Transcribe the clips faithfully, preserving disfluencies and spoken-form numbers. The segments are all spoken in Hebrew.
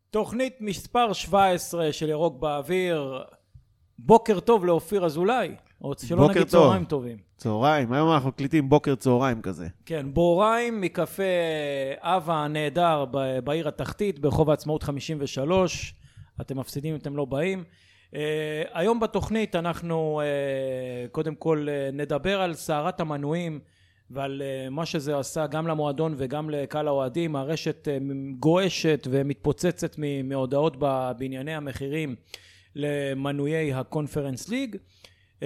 תוכנית מספר שבע עשרה של ירוק באוויר. בוקר טוב לאופיר אזולאי, או שלא נגיד צהריים טובים. צהריים, היום אנחנו קליטים בוקר צהריים כזה. כן, בוריים מקפה אבא הנהדר בעיר התחתית, ברחוב העצמאות חמישים ושלוש. אתם מפסידים אם אתם לא באים. Uh, היום בתוכנית אנחנו uh, קודם כל uh, נדבר על סערת המנויים ועל uh, מה שזה עשה גם למועדון וגם לקהל האוהדים. הרשת uh, גועשת ומתפוצצת מהודעות בענייני המחירים למנויי הקונפרנס ליג. Uh,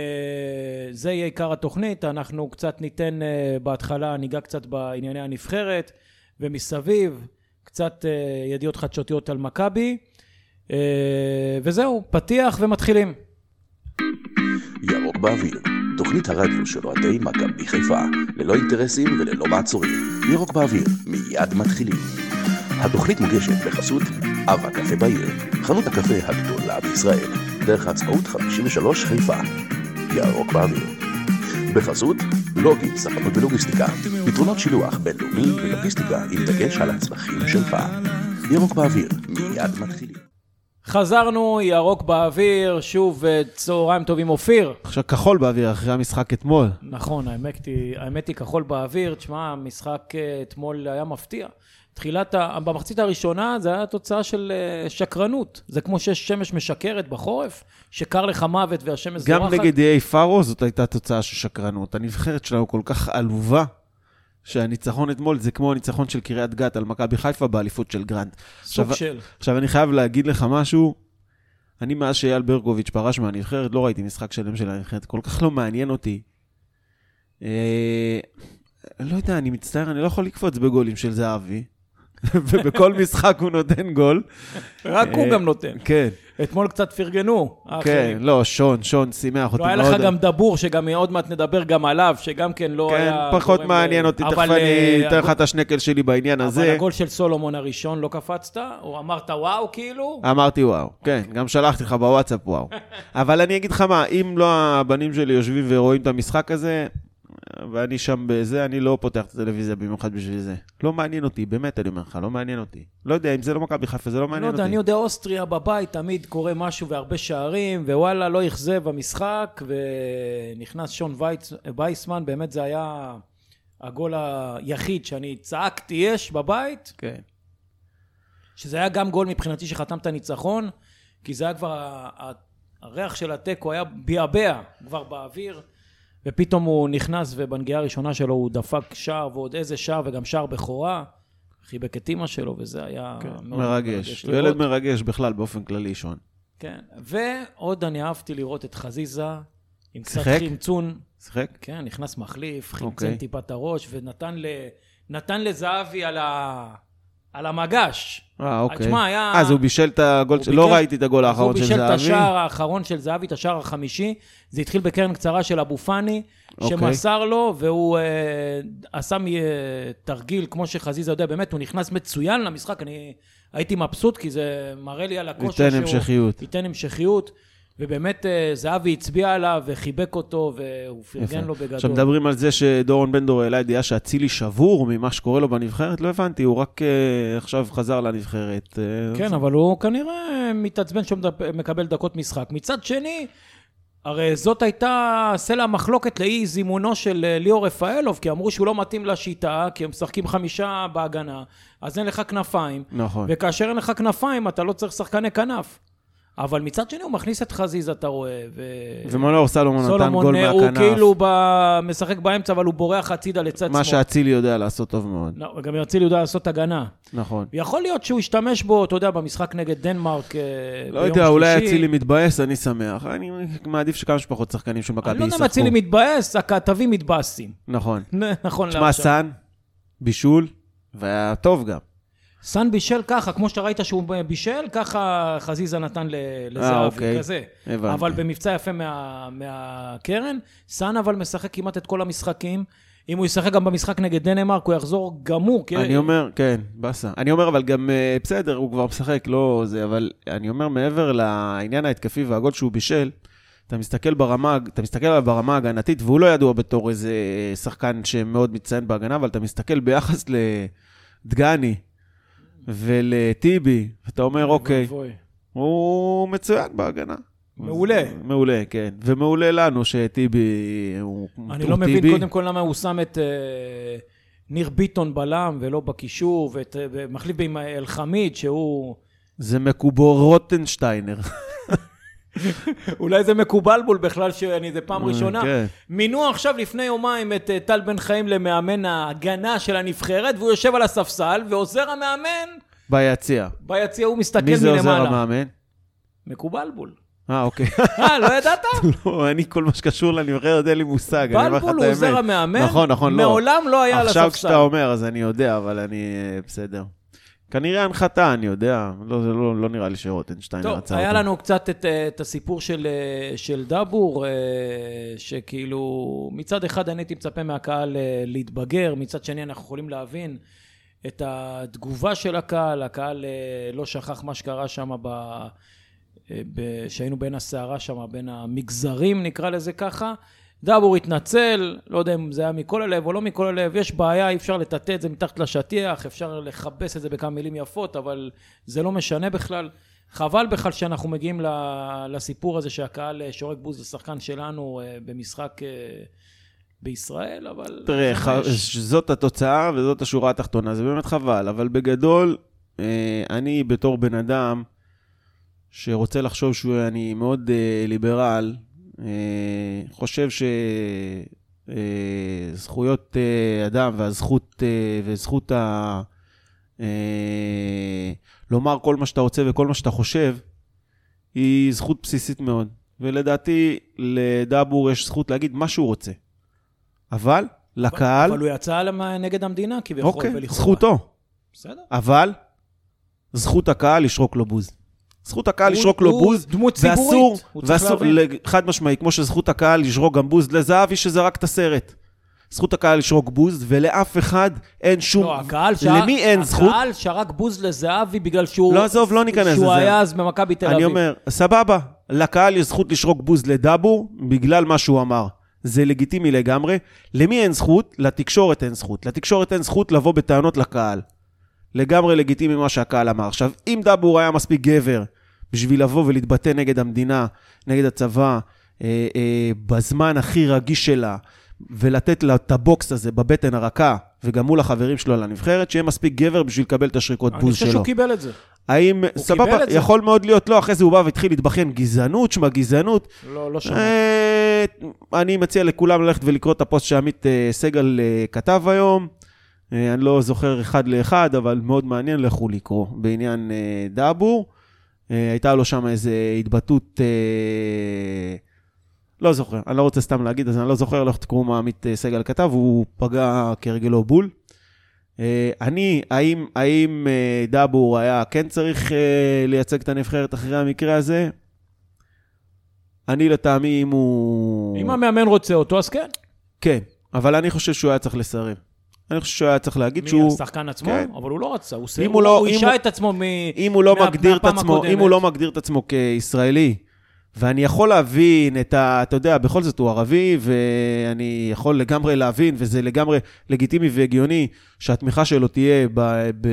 זה יהיה עיקר התוכנית. אנחנו קצת ניתן uh, בהתחלה, ניגע קצת בענייני הנבחרת ומסביב קצת uh, ידיעות חדשותיות על מכבי. Uh, וזהו, פתיח ומתחילים. ירוק באוויר, תוכנית הרדיו של אוהדי מכבי חיפה, ללא אינטרסים וללא מעצורים. ירוק באוויר, מיד מתחילים. התוכנית מוגשת בחסות אבא קפה בעיר, חנות הקפה הגדולה בישראל, דרך העצמאות חמישים ושלוש חיפה. ירוק באוויר. בחסות לוגי, ספנות ולוגיסטיקה, פתרונות שילוח בינלאומי ולוגיסטיקה עם דגש על הצרכים שלך. ירוק באוויר, מיד מתחילים. חזרנו, ירוק באוויר, שוב צהריים טובים אופיר. עכשיו כחול באוויר אחרי המשחק אתמול. נכון, האמת היא, האמת היא כחול באוויר. תשמע, המשחק אתמול היה מפתיע. תחילת, במחצית הראשונה זה היה תוצאה של שקרנות. זה כמו שיש שמש משקרת בחורף, שקר לך מוות והשמש זורחת. גם נגד איי פארו זאת הייתה תוצאה של שקרנות. הנבחרת שלנו כל כך עלובה, שהניצחון אתמול זה כמו הניצחון של קריית גת על מכבי חיפה באליפות של גרנד. סוג עכשיו, של. עכשיו אני חייב להגיד לך משהו, אני מאז שאייל ברקוביץ' פרש מהנבחרת, לא ראיתי משחק שלם של הנבחרת, כל כך לא מעניין אותי. אה, לא יודע, אני מצטער, אני לא יכול לקפוץ בגולים של זהבי, ובכל משחק הוא נותן גול. רק הוא גם נותן. כן. אתמול קצת פרגנו. כן, לא, שון, שון, שימח אותי מאוד. לא היה לך גם דבור, שגם עוד מעט נדבר גם עליו, שגם כן לא היה... כן, פחות מעניין אותי, תכף אני אתן לך את השנקל שלי בעניין הזה. אבל הגול של סולומון הראשון לא קפצת? או אמרת וואו כאילו? אמרתי וואו, כן, גם שלחתי לך בוואטסאפ וואו. אבל אני אגיד לך מה, אם לא הבנים שלי יושבים ורואים את המשחק הזה, ואני שם בזה, אני לא פותח את הטלוויזיה במיוחד בשביל זה. לא מעניין אותי, באמת אני אומר לך, לא מעניין אותי. לא יודע, אם זה לא מכבי חיפה, זה לא מעניין אותי. אני יודע, אוסטריה בבית תמיד קורה משהו והרבה שערים, ווואלה, לא יחזב במשחק, ונכנס שון וייסמן, באמת זה היה הגול היחיד שאני צעקתי יש בבית. כן. שזה היה גם גול מבחינתי שחתם את הניצחון, כי זה היה כבר, הריח של הטקו היה ביאבע כבר באוויר, ופתאום הוא נכנס ובנגיעה הראשונה שלו הוא דפק שער ועוד איזה שער וגם שער בכורה, חיבק את אמא שלו וזה היה כן, מאוד מרגש. הוא ילד מרגש בכלל באופן כללי שון. כן, ועוד אני אהבתי לראות את חזיזה עם קצת שיחק? חמצון. שיחק? כן, נכנס מחליף, חמצן אוקיי. טיפת הראש ונתן ל... נתן לזהבי על ה... על המגש. אה, אוקיי. תשמע, היה... אז הוא בישל את הגול, של... לא ראיתי את הגול האחרון של זהבי. הוא בישל את השער האחרון של זהבי, את השער החמישי. זה התחיל בקרן קצרה של אבו פני, אוקיי. שמסר לו, והוא אה, עשה תרגיל, כמו שחזיזה יודע, באמת, הוא נכנס מצוין למשחק. אני הייתי מבסוט, כי זה מראה לי על הכושר ייתן המשכיות. ייתן המשכיות. ובאמת זהבי הצביע עליו וחיבק אותו והוא פרגן לו בגדול. עכשיו מדברים על זה שדורון בן דור העלה ידיעה שאצילי שבור ממה שקורה לו בנבחרת, לא הבנתי, הוא רק uh, עכשיו חזר לנבחרת. כן, אז... אבל הוא כנראה מתעצבן שהוא מקבל דקות משחק. מצד שני, הרי זאת הייתה סלע המחלוקת לאי זימונו של ליאור רפאלוב, כי אמרו שהוא לא מתאים לשיטה, כי הם משחקים חמישה בהגנה, אז אין לך כנפיים. נכון. וכאשר אין לך כנפיים, אתה לא צריך שחקני כנף. אבל מצד שני הוא מכניס את חזיזה, אתה רואה. ו... ומנור סלומון נתן גול מהכנף. הוא כאילו משחק באמצע, אבל הוא בורח הצידה לצד שמאל. מה שאצילי יודע לעשות טוב מאוד. לא, וגם אצילי יודע לעשות הגנה. נכון. יכול להיות שהוא ישתמש בו, אתה יודע, במשחק נגד דנמרק ביום שלישי. לא יודע, אולי אצילי מתבאס, אני שמח. אני מעדיף שכמה משפחות שחקנים של מכבי ישחקו. אני לא יודע אם אצילי מתבאס, הכתבים מתבאסים. נכון. נכון. תשמע, סן, בישול, והיה טוב גם. סן בישל ככה, כמו שאתה ראית שהוא בישל, ככה חזיזה נתן לזהבי, כזה. אבל במבצע יפה מהקרן, סן אבל משחק כמעט את כל המשחקים, אם הוא ישחק גם במשחק נגד דנמרק, הוא יחזור גמור. אני אומר, כן, בסה. אני אומר, אבל גם בסדר, הוא כבר משחק, לא זה, אבל אני אומר, מעבר לעניין ההתקפי והגול שהוא בישל, אתה מסתכל ברמה, אתה מסתכל עליו ברמה הגנתית, והוא לא ידוע בתור איזה שחקן שמאוד מציין בהגנה, אבל אתה מסתכל ביחס לדגני, ולטיבי, ואתה אומר, אוקיי, ואבוי. הוא מצוין בהגנה. מעולה. מעולה, כן. ומעולה לנו שטיבי הוא אני לא מבין קודם כל למה הוא שם את אה, ניר ביטון בלם ולא בקישור, ואת, ומחליף עם אלחמיד שהוא... זה מקובור רוטנשטיינר. אולי זה מקובל בול בכלל שאני, זה פעם ראשונה. כן. מינו עכשיו לפני יומיים את טל בן חיים למאמן ההגנה של הנבחרת, והוא יושב על הספסל, ועוזר המאמן... ביציע. ביציע הוא מסתכל מלמעלה. מי זה עוזר המאמן? מקובל בול. אה, אוקיי. אה, לא ידעת? לא, אני כל מה שקשור לנבחרת, אין לי מושג. בלבול הוא עוזר המאמן. נכון, נכון, לא. מעולם לא היה על הספסל. עכשיו כשאתה אומר, אז אני יודע, אבל אני בסדר. כנראה הנחתה, אני יודע. לא, לא, לא נראה לי שרוטנשטיינר רצה אותו. טוב, היה לנו קצת את, את הסיפור של, של דאבור, שכאילו מצד אחד אני הייתי מצפה מהקהל להתבגר, מצד שני אנחנו יכולים להבין את התגובה של הקהל. הקהל לא שכח מה שקרה שם ב... שהיינו בין הסערה שם, בין המגזרים, נקרא לזה ככה. דאבור התנצל, לא יודע אם זה היה מכל הלב או לא מכל הלב, יש בעיה, אי אפשר לטאטא את זה מתחת לשטיח, אפשר לחבס את זה בכמה מילים יפות, אבל זה לא משנה בכלל. חבל בכלל שאנחנו מגיעים לסיפור הזה שהקהל שורק בוז לשחקן שלנו במשחק בישראל, אבל... תראה, זאת התוצאה וזאת השורה התחתונה, זה באמת חבל, אבל בגדול, אני בתור בן אדם, שרוצה לחשוב שאני מאוד uh, ליברל, uh, חושב שזכויות uh, אדם והזכות, uh, וזכות ה... Uh, לומר כל מה שאתה רוצה וכל מה שאתה חושב, היא זכות בסיסית מאוד. ולדעתי, לדאבור יש זכות להגיד מה שהוא רוצה. אבל, לקהל... אבל הוא יצא נגד המדינה, כביכול, אוקיי, ולכאורה. זכותו. בסדר. אבל, זכות הקהל לשרוק לו בוז. זכות הקהל לשרוק לו בוז, דמות ציבורית, ואסור, חד משמעי, כמו שזכות הקהל לשרוק גם בוז לזהבי שזרק את הסרט. זכות הקהל לשרוק בוז, ולאף אחד אין שום... לא, הקהל למי אין זכות? הקהל שרק בוז לזהבי בגלל שהוא... לא, עזוב, לא ניכנס לזה. שהוא היה אז במכבי תל אביב. אני אומר, סבבה, לקהל יש זכות לשרוק בוז לדאבור, בגלל מה שהוא אמר. זה לגיטימי לגמרי. למי אין זכות? לתקשורת אין זכות. לתקשורת אין זכות לבוא בטענות לקהל. לגמרי לגיטימי מה שהקהל אמר. עכשיו, אם דאבור היה מספיק גבר בשביל לבוא ולהתבטא נגד המדינה, נגד הצבא, אה, אה, בזמן הכי רגיש שלה, ולתת לה את הבוקס הזה בבטן הרכה, וגם מול החברים שלו על הנבחרת, שיהיה מספיק גבר בשביל לקבל את השריקות בוז שלו. אני חושב שהוא קיבל את זה. האם, סבבה, יכול מאוד להיות, לא, אחרי זה הוא בא והתחיל להתבחן גזענות, שמה גזענות. לא, לא שמע. אה, אני מציע לכולם ללכת ולקרוא את הפוסט שעמית אה, סגל אה, כתב היום, אני לא זוכר אחד לאחד, אבל מאוד מעניין, לכו לקרוא בעניין אה, דאבור. אה, הייתה לו שם איזו התבטאות, אה, לא זוכר, אני לא רוצה סתם להגיד, אז אני לא זוכר, לכו תקראו מה עמית אה, סגל כתב, הוא פגע כרגלו בול. אה, אני, האם, האם אה, דאבור היה כן צריך אה, לייצג את הנבחרת אחרי המקרה הזה? אני לטעמי, אם הוא... אם המאמן רוצה אותו, אז כן. כן, אבל אני חושב שהוא היה צריך לסרב. אני חושב שהוא היה צריך להגיד שהוא... מי, השחקן עצמו? כן. אבל הוא לא רצה, הוא, הוא, לא, הוא אישה הוא... את עצמו מ... אם הוא לא מה... מגדיר את עצמו, הקודמת. אם הוא לא מגדיר את עצמו כישראלי, ואני יכול להבין את ה... אתה יודע, בכל זאת הוא ערבי, ואני יכול לגמרי להבין, וזה לגמרי לגיטימי והגיוני, שהתמיכה שלו תהיה ב... ב...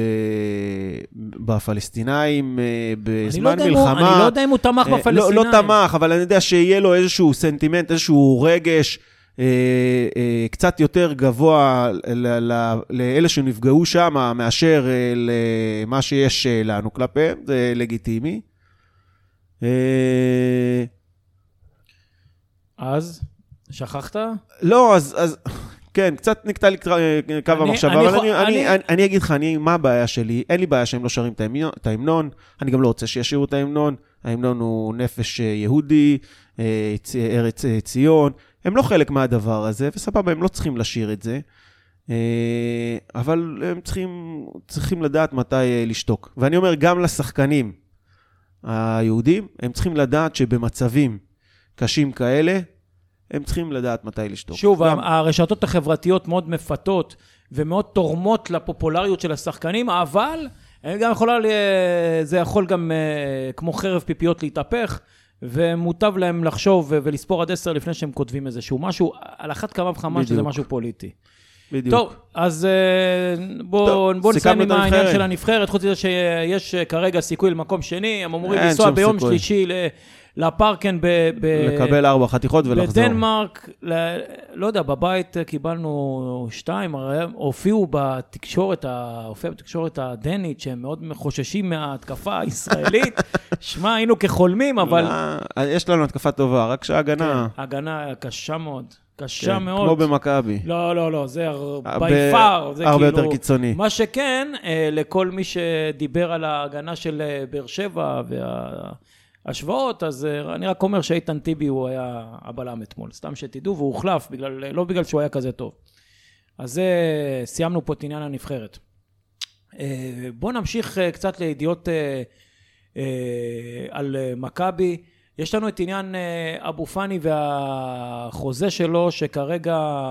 בפלסטינאים, בזמן אני לא מלחמה. הוא, אני לא יודע אם הוא תמך בפלסטינאים. לא, לא תמך, אבל אני יודע שיהיה לו איזשהו סנטימנט, איזשהו רגש, קצת יותר גבוה לאלה שנפגעו שם מאשר למה שיש לנו כלפיהם, זה לגיטימי. אז שכחת? לא, אז כן, קצת נקטע לי קו המחשבה, אבל אני אגיד לך, מה הבעיה שלי? אין לי בעיה שהם לא שרים את ההמנון, אני גם לא רוצה שישירו את ההמנון, ההמנון הוא נפש יהודי, ארץ ציון, הם לא חלק מהדבר הזה, וסבבה, הם לא צריכים לשיר את זה, אבל הם צריכים, צריכים לדעת מתי לשתוק. ואני אומר, גם לשחקנים היהודים, הם צריכים לדעת שבמצבים קשים כאלה, הם צריכים לדעת מתי לשתוק. שוב, גם... הרשתות החברתיות מאוד מפתות, ומאוד תורמות לפופולריות של השחקנים, אבל גם יכולה, זה יכול גם כמו חרב פיפיות להתהפך, ומוטב להם לחשוב ולספור עד עשר לפני שהם כותבים איזשהו משהו, על אחת כמה וכמה שזה משהו פוליטי. בדיוק. טוב, אז בואו נסיים עם העניין של הנבחרת, חוץ מזה שיש כרגע סיכוי למקום שני, הם אמורים לנסוע ביום שלישי לפארקן לקבל ארבע חתיכות ולחזור. בדנמרק, לא יודע, בבית קיבלנו שתיים, הופיעו בתקשורת, הופיעו בתקשורת הדנית, שהם מאוד חוששים מההתקפה הישראלית. שמע, היינו כחולמים, אבל... יש לנו התקפה טובה, רק שההגנה... ההגנה קשה מאוד. קשה מאוד. כמו במכבי. לא, לא, לא, זה ביפר. הרבה יותר קיצוני. מה שכן, לכל מי שדיבר על ההגנה של באר שבע וההשוואות, אז אני רק אומר שאיתן טיבי הוא היה הבלם אתמול. סתם שתדעו, והוא הוחלף, לא בגלל שהוא היה כזה טוב. אז זה, סיימנו פה את עניין הנבחרת. בואו נמשיך קצת לידיעות על מכבי. יש לנו את עניין אבו פאני והחוזה שלו, שכרגע,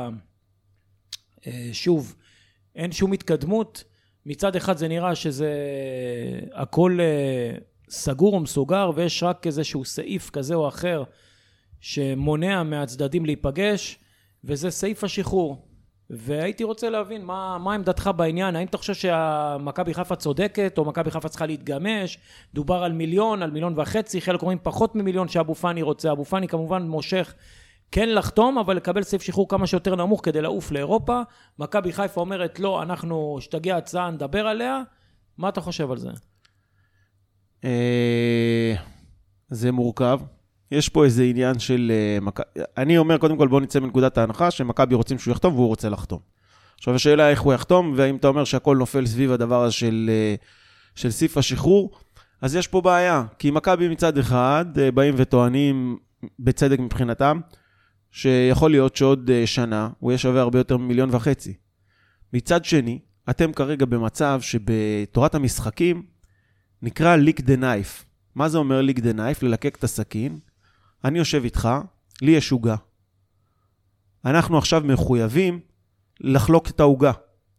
שוב, אין שום התקדמות. מצד אחד זה נראה שזה הכל סגור ומסוגר, ויש רק איזשהו סעיף כזה או אחר, שמונע מהצדדים להיפגש, וזה סעיף השחרור. והייתי רוצה להבין מה, מה עמדתך בעניין, האם אתה חושב שהמכבי חיפה צודקת, או מכבי חיפה צריכה להתגמש, דובר על מיליון, על מיליון וחצי, חלק אומרים פחות ממיליון שאבו פאני רוצה, אבו פאני כמובן מושך כן לחתום, אבל לקבל סעיף שחרור כמה שיותר נמוך כדי לעוף לאירופה, מכבי חיפה אומרת לא, אנחנו, שתגיע הצעה נדבר עליה, מה אתה חושב על זה? זה מורכב. יש פה איזה עניין של... אני אומר, קודם כל, בוא נצא מנקודת ההנחה, שמכבי רוצים שהוא יחתום, והוא רוצה לחתום. עכשיו, השאלה איך הוא יחתום, והאם אתה אומר שהכל נופל סביב הדבר הזה של, של סעיף השחרור, אז יש פה בעיה. כי מכבי מצד אחד, באים וטוענים, בצדק מבחינתם, שיכול להיות שעוד שנה, הוא יהיה שווה הרבה יותר ממיליון וחצי. מצד שני, אתם כרגע במצב שבתורת המשחקים, נקרא ליק דה נייף. מה זה אומר ליק דה נייף? ללקק את הסכין. אני יושב איתך, לי יש עוגה. אנחנו עכשיו מחויבים לחלוק את העוגה.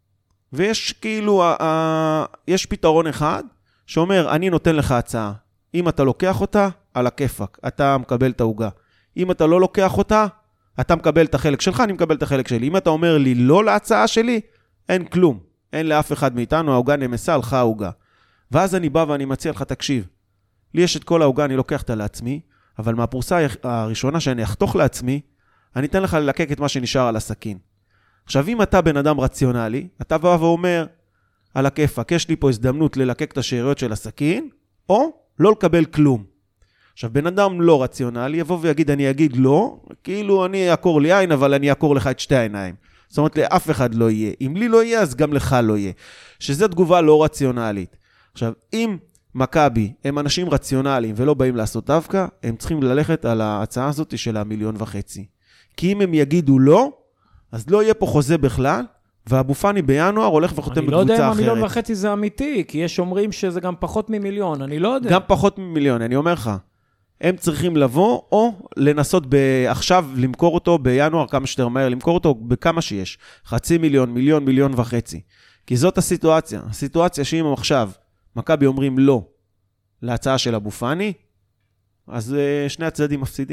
ויש כאילו, ה- ה- יש פתרון אחד שאומר, אני נותן לך הצעה. אם אתה לוקח אותה, על הכיפק, אתה מקבל את העוגה. אם אתה לא לוקח אותה, אתה מקבל את החלק שלך, אני מקבל את החלק שלי. אם אתה אומר לי לא להצעה שלי, אין כלום. אין לאף אחד מאיתנו, העוגה נמסה, הלכה העוגה. ואז אני בא ואני מציע לך, תקשיב. לי יש את כל העוגה, אני לוקח אותה לעצמי, אבל מהפרוסה הראשונה שאני אחתוך לעצמי, אני אתן לך ללקק את מה שנשאר על הסכין. עכשיו, אם אתה בן אדם רציונלי, אתה בא ואומר, על הכיפק, יש לי פה הזדמנות ללקק את השאריות של הסכין, או לא לקבל כלום. עכשיו, בן אדם לא רציונלי, יבוא ויגיד, אני אגיד לא, כאילו אני אעקור לי עין, אבל אני אעקור לך את שתי העיניים. זאת אומרת, לאף אחד לא יהיה. אם לי לא יהיה, אז גם לך לא יהיה. שזו תגובה לא רציונלית. עכשיו, אם מכבי הם אנשים רציונליים ולא באים לעשות דווקא, הם צריכים ללכת על ההצעה הזאת של המיליון וחצי. כי אם הם יגידו לא, אז לא יהיה פה חוזה בכלל, ואבו פאני בינואר הולך וחותם בקבוצה אחרת. אני לא יודע אם המיליון וחצי זה אמיתי, כי יש אומרים שזה גם פחות ממיליון, אני לא יודע. גם פחות ממיליון, אני אומר לך. הם צריכים לבוא, או לנסות עכשיו למכור אותו בינואר כמה שיותר מהר, למכור אותו בכמה שיש. חצי מיליון, מיליון, מיליון וחצי. כי זאת הסיטואציה. הסיטואציה שאם עכשיו מכבי אומרים לא להצעה של אבו פאני, אז שני הצדדים מפסידים.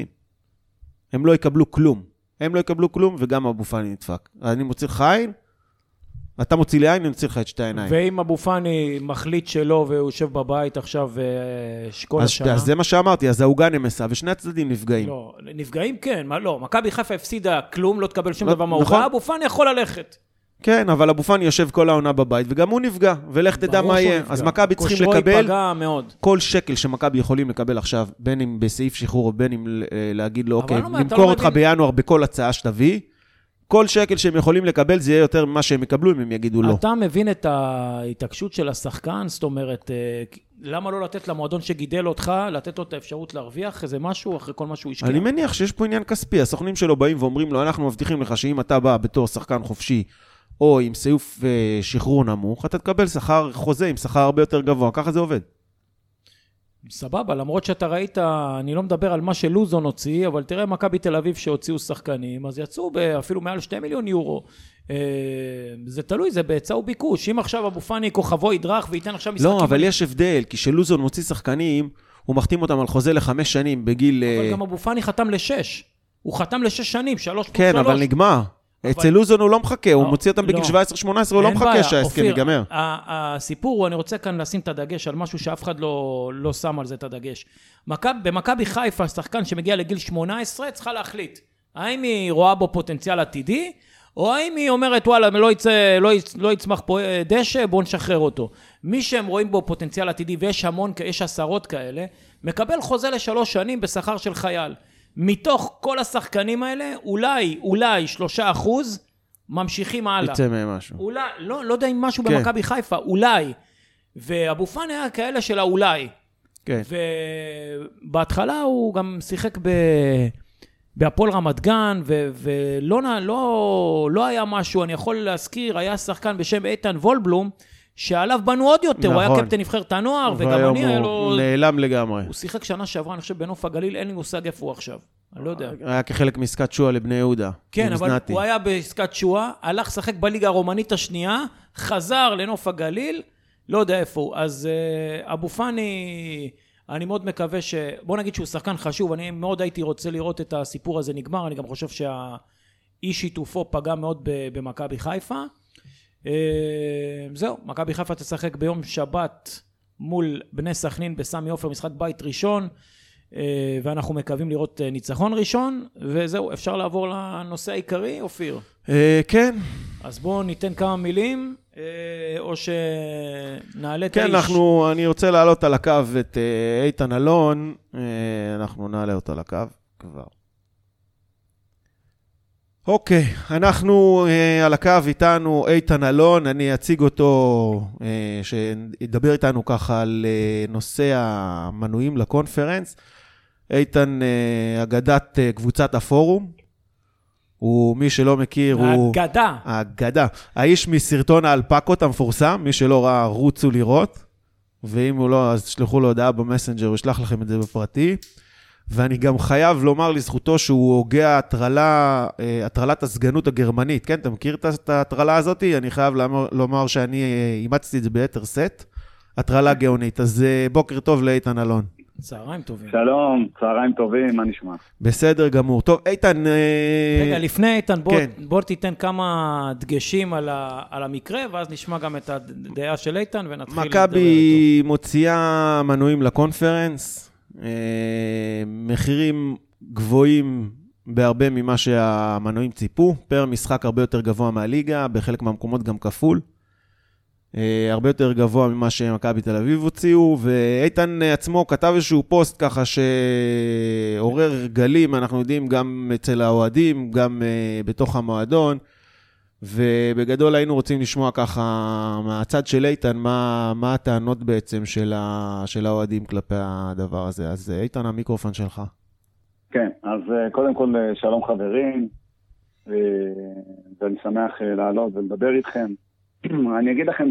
הם לא יקבלו כלום. הם לא יקבלו כלום, וגם אבו פאני נדפק. אני מוציא לך עין, אתה מוציא לי עין, אני מוציא לך את שתי העיניים. ואם אבו פאני מחליט שלא, והוא יושב בבית עכשיו כל השנה. אז זה מה שאמרתי, אז העוגה נמסה, ושני הצדדים נפגעים. לא, נפגעים כן, מה לא? מכבי חיפה הפסידה כלום, לא תקבל שום דבר מהעוגה, אבו פאני יכול ללכת. כן, אבל אבו פאני יושב כל העונה בבית, וגם הוא נפגע, ולך תדע מה יהיה. אז מכבי צריכים לקבל כל שקל שמכבי יכולים לקבל עכשיו, בין אם בסעיף שחרור, או בין אם להגיד לו, אוקיי, למכור אותך בינואר בכל הצעה שתביא, כל שקל שהם יכולים לקבל, זה יהיה יותר ממה שהם יקבלו, אם הם יגידו לא. אתה מבין את ההתעקשות של השחקן, זאת אומרת, למה לא לתת למועדון שגידל אותך, לתת לו את האפשרות להרוויח איזה משהו, אחרי כל מה שהוא השקיע? אני מניח שיש פה עניין כספי, הסוכנים שלו באים ואומרים לו, אנחנו מבטיחים לך שאם אתה בא בתור שחקן חופשי, או עם סעיף שחרור נמוך, אתה תקבל שכר חוזה עם שכר הרבה יותר גבוה, ככה זה עובד. סבבה, למרות שאתה ראית, אני לא מדבר על מה שלוזון הוציא, אבל תראה מכבי תל אביב שהוציאו שחקנים, אז יצאו אפילו מעל שתי מיליון יורו. זה תלוי, זה בהיצע וביקוש. אם עכשיו אבו פאני כוכבו ידרך וייתן עכשיו משחקים... לא, אבל יש הבדל, כי שלוזון מוציא שחקנים, הוא מחתים אותם על חוזה לחמש שנים בגיל... אבל גם אבו פאני חתם לשש. הוא חתם לשש שנים, שלוש פלוס שלוש. כן, אבל נגמר. אצל לוזון הוא לא מחכה, הוא מוציא אותם בגיל שבע עשרה שמונה עשרה, הוא לא מחכה שההסכם ייגמר. הסיפור הוא, אני רוצה כאן לשים את הדגש על משהו שאף אחד לא שם על זה את הדגש. במכבי חיפה, שחקן שמגיע לגיל שמונה עשרה, צריכה להחליט. האם היא רואה בו פוטנציאל עתידי, או האם היא אומרת, וואלה, לא, יצא, לא, יצ, לא יצמח פה דשא, בואו נשחרר אותו. מי שהם רואים בו פוטנציאל עתידי, ויש המון, יש עשרות כאלה, מקבל חוזה לשלוש שנים בשכר של חייל. מתוך כל השחקנים האלה, אולי, אולי שלושה אחוז ממשיכים הלאה. יצא מהם משהו. אולי, לא, לא יודע אם משהו כן. במכבי חיפה, אולי. ואבו פאני היה כאלה של האולי. כן. ובהתחלה הוא גם שיחק ב... בהפועל רמת גן, ו- ולא לא, לא היה משהו, אני יכול להזכיר, היה שחקן בשם איתן וולבלום, שעליו בנו עוד יותר, נכון. הוא היה קפטן נבחרת הנוער, וגם אני היה לו... הוא נעלם לגמרי. הוא שיחק שנה שעברה, אני חושב, בנוף הגליל, אין לי מושג איפה הוא עכשיו, אני לא יודע. היה כחלק מעסקת שואה לבני יהודה. כן, אבל זנתי. הוא היה בעסקת שואה, הלך שחק בליגה הרומנית השנייה, חזר לנוף הגליל, לא יודע איפה הוא. אז uh, אבו פאני... אני מאוד מקווה ש... בוא נגיד שהוא שחקן חשוב, אני מאוד הייתי רוצה לראות את הסיפור הזה נגמר, אני גם חושב שהאי שיתופו פגע מאוד במכבי חיפה. זהו, מכבי חיפה תשחק ביום שבת מול בני סכנין בסמי עופר, משחק בית ראשון, ואנחנו מקווים לראות ניצחון ראשון, וזהו, אפשר לעבור לנושא העיקרי, אופיר? כן. אז בואו ניתן כמה מילים, או שנעלה את האיש. כן, אנחנו, אני רוצה להעלות על הקו את איתן אלון, אנחנו נעלה אותו על הקו כבר. אוקיי, אנחנו על הקו איתנו איתן אלון, אני אציג אותו, שידבר איתנו ככה על נושא המנויים לקונפרנס. איתן אגדת קבוצת הפורום, הוא מי שלא מכיר, הוא... אגדה. אגדה. האיש מסרטון האלפקות המפורסם, מי שלא ראה, רוצו לראות, ואם הוא לא, אז תשלחו לו הודעה במסנג'ר, הוא ישלח לכם את זה בפרטי. ואני גם חייב לומר לזכותו שהוא הוגע הטרלה, הטרלת הסגנות הגרמנית, כן? אתה מכיר את ההטרלה הזאת? אני חייב לומר שאני אימצתי את זה ביתר סט, הטרלה גאונית. אז בוקר טוב לאיתן אלון. צהריים טובים. שלום, צהריים טובים, מה נשמע? בסדר גמור. טוב, איתן... רגע, לפני איתן, בוא, כן. בוא תיתן כמה דגשים על, ה, על המקרה, ואז נשמע גם את הדעה של איתן, ונתחיל לדבר איתו. מכבי מוציאה מנויים לקונפרנס, מחירים גבוהים בהרבה ממה שהמנויים ציפו, פר משחק הרבה יותר גבוה מהליגה, בחלק מהמקומות גם כפול, הרבה יותר גבוה ממה שמכבי תל אביב הוציאו, ואיתן עצמו כתב איזשהו פוסט ככה שעורר גלים, אנחנו יודעים גם אצל האוהדים, גם בתוך המועדון, ובגדול היינו רוצים לשמוע ככה מהצד של איתן, מה, מה הטענות בעצם של, ה, של האוהדים כלפי הדבר הזה. אז איתן, המיקרופון שלך. כן, אז קודם כל שלום חברים, ואני שמח לעלות ולדבר איתכם. אני אגיד לכם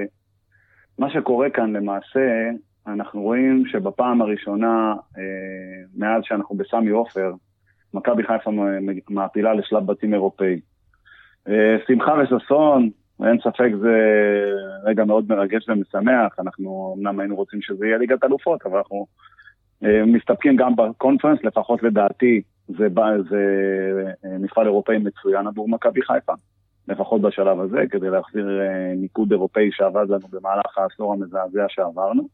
שמה שקורה כאן למעשה, אנחנו רואים שבפעם הראשונה, מאז שאנחנו בסמי עופר, מכבי חיפה מעפילה לשלב בתים אירופאי. שמחה וששון, אין ספק זה רגע מאוד מרגש ומשמח, אנחנו אמנם היינו רוצים שזה יהיה ליגת אלופות, אבל אנחנו מסתפקים גם בקונפרנס, לפחות לדעתי זה, זה מפעל אירופאי מצוין עבור מכבי חיפה, לפחות בשלב הזה, כדי להחזיר ניקוד אירופאי שעבד לנו במהלך העשור המזעזע שעברנו.